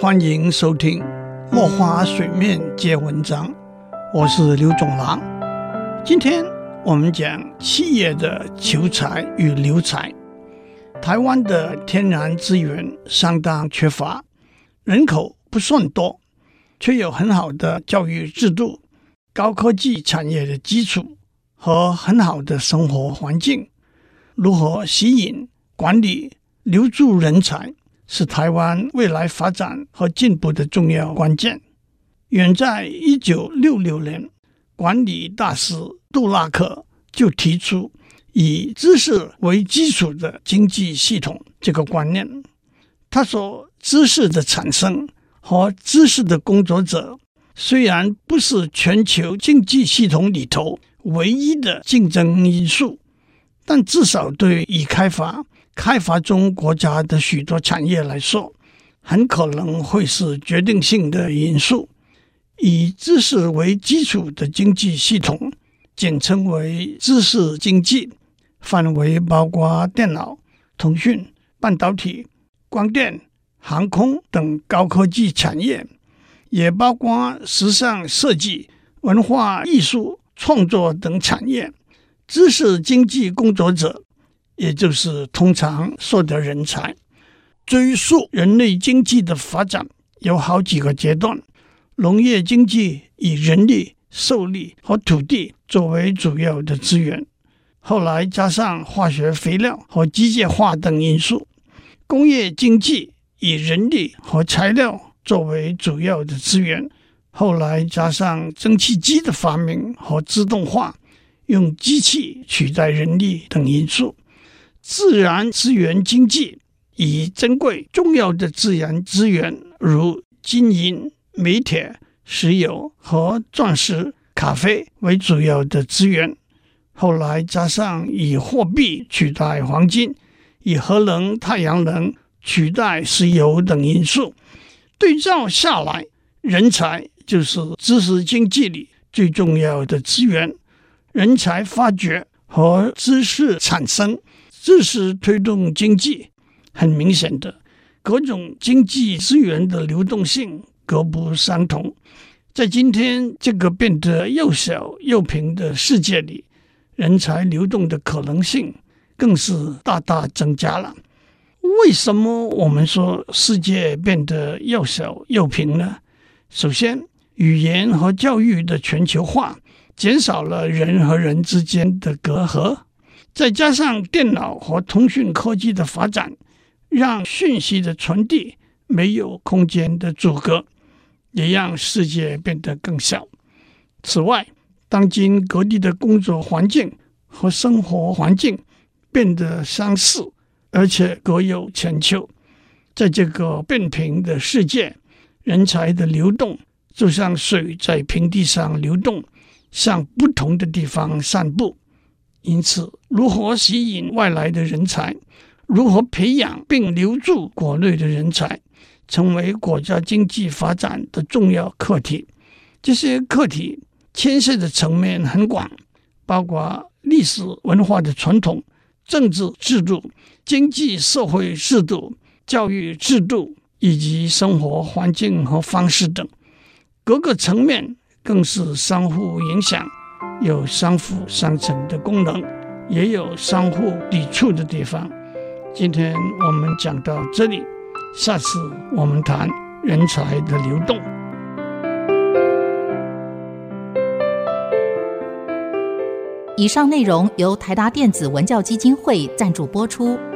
欢迎收听落花水面皆文章，我是刘总郎。今天我们讲企业的求才与留才。台湾的天然资源相当缺乏，人口不算多，却有很好的教育制度、高科技产业的基础和很好的生活环境。如何吸引、管理、留住人才，是台湾未来发展和进步的重要关键。远在1966年，管理大师杜拉克就提出以知识为基础的经济系统这个观念。他说，知识的产生和知识的工作者虽然不是全球经济系统里头唯一的竞争因素，但至少对已开发中国家的许多产业来说，很可能会是决定性的因素。以知识为基础的经济系统，简称为知识经济，范围包括电脑、通讯、半导体、光电、航空等高科技产业，也包括时尚设计、文化艺术、创作等产业。知识经济工作者，也就是通常说的人才。追溯人类经济的发展有好几个阶段。农业经济以人力、兽力和土地作为主要的资源，后来加上化学肥料和机械化等因素。工业经济以人力和材料作为主要的资源，后来加上蒸汽机的发明和自动化，用机器取代人力等因素。自然资源经济以珍贵重要的自然资源如金银、煤铁、石油和钻石、咖啡为主要的资源，后来加上以货币取代黄金，以核能、太阳能取代石油等因素。对照下来，人才就是知识经济里最重要的资源。人才发掘和知识产生，知识推动经济。很明显的，各种经济资源的流动性各不相同。在今天这个变得又小又平的世界里，人才流动的可能性更是大大增加了。为什么我们说世界变得又小又平呢？首先，语言和教育的全球化减少了人和人之间的隔阂，再加上电脑和通讯科技的发展，让讯息的传递没有空间的阻隔，也让世界变得更小。此外，当今各地的工作环境和生活环境变得相似，而且各有千秋。在这个变平的世界，人才的流动就像水在平地上流动，向不同的地方散布。因此，如何吸引外来的人才，如何培养并留住国内的人才，成为国家经济发展的重要课题。这些课题牵涉的层面很广，包括历史文化的传统、政治制度、经济社会制度、教育制度以及生活环境和方式等。各个层面更是相互影响，有相辅相成的功能，也有相互抵触的地方。今天我们讲到这里，下次我们谈人才的流动。 以上内容由台达电子文教基金会赞助播出。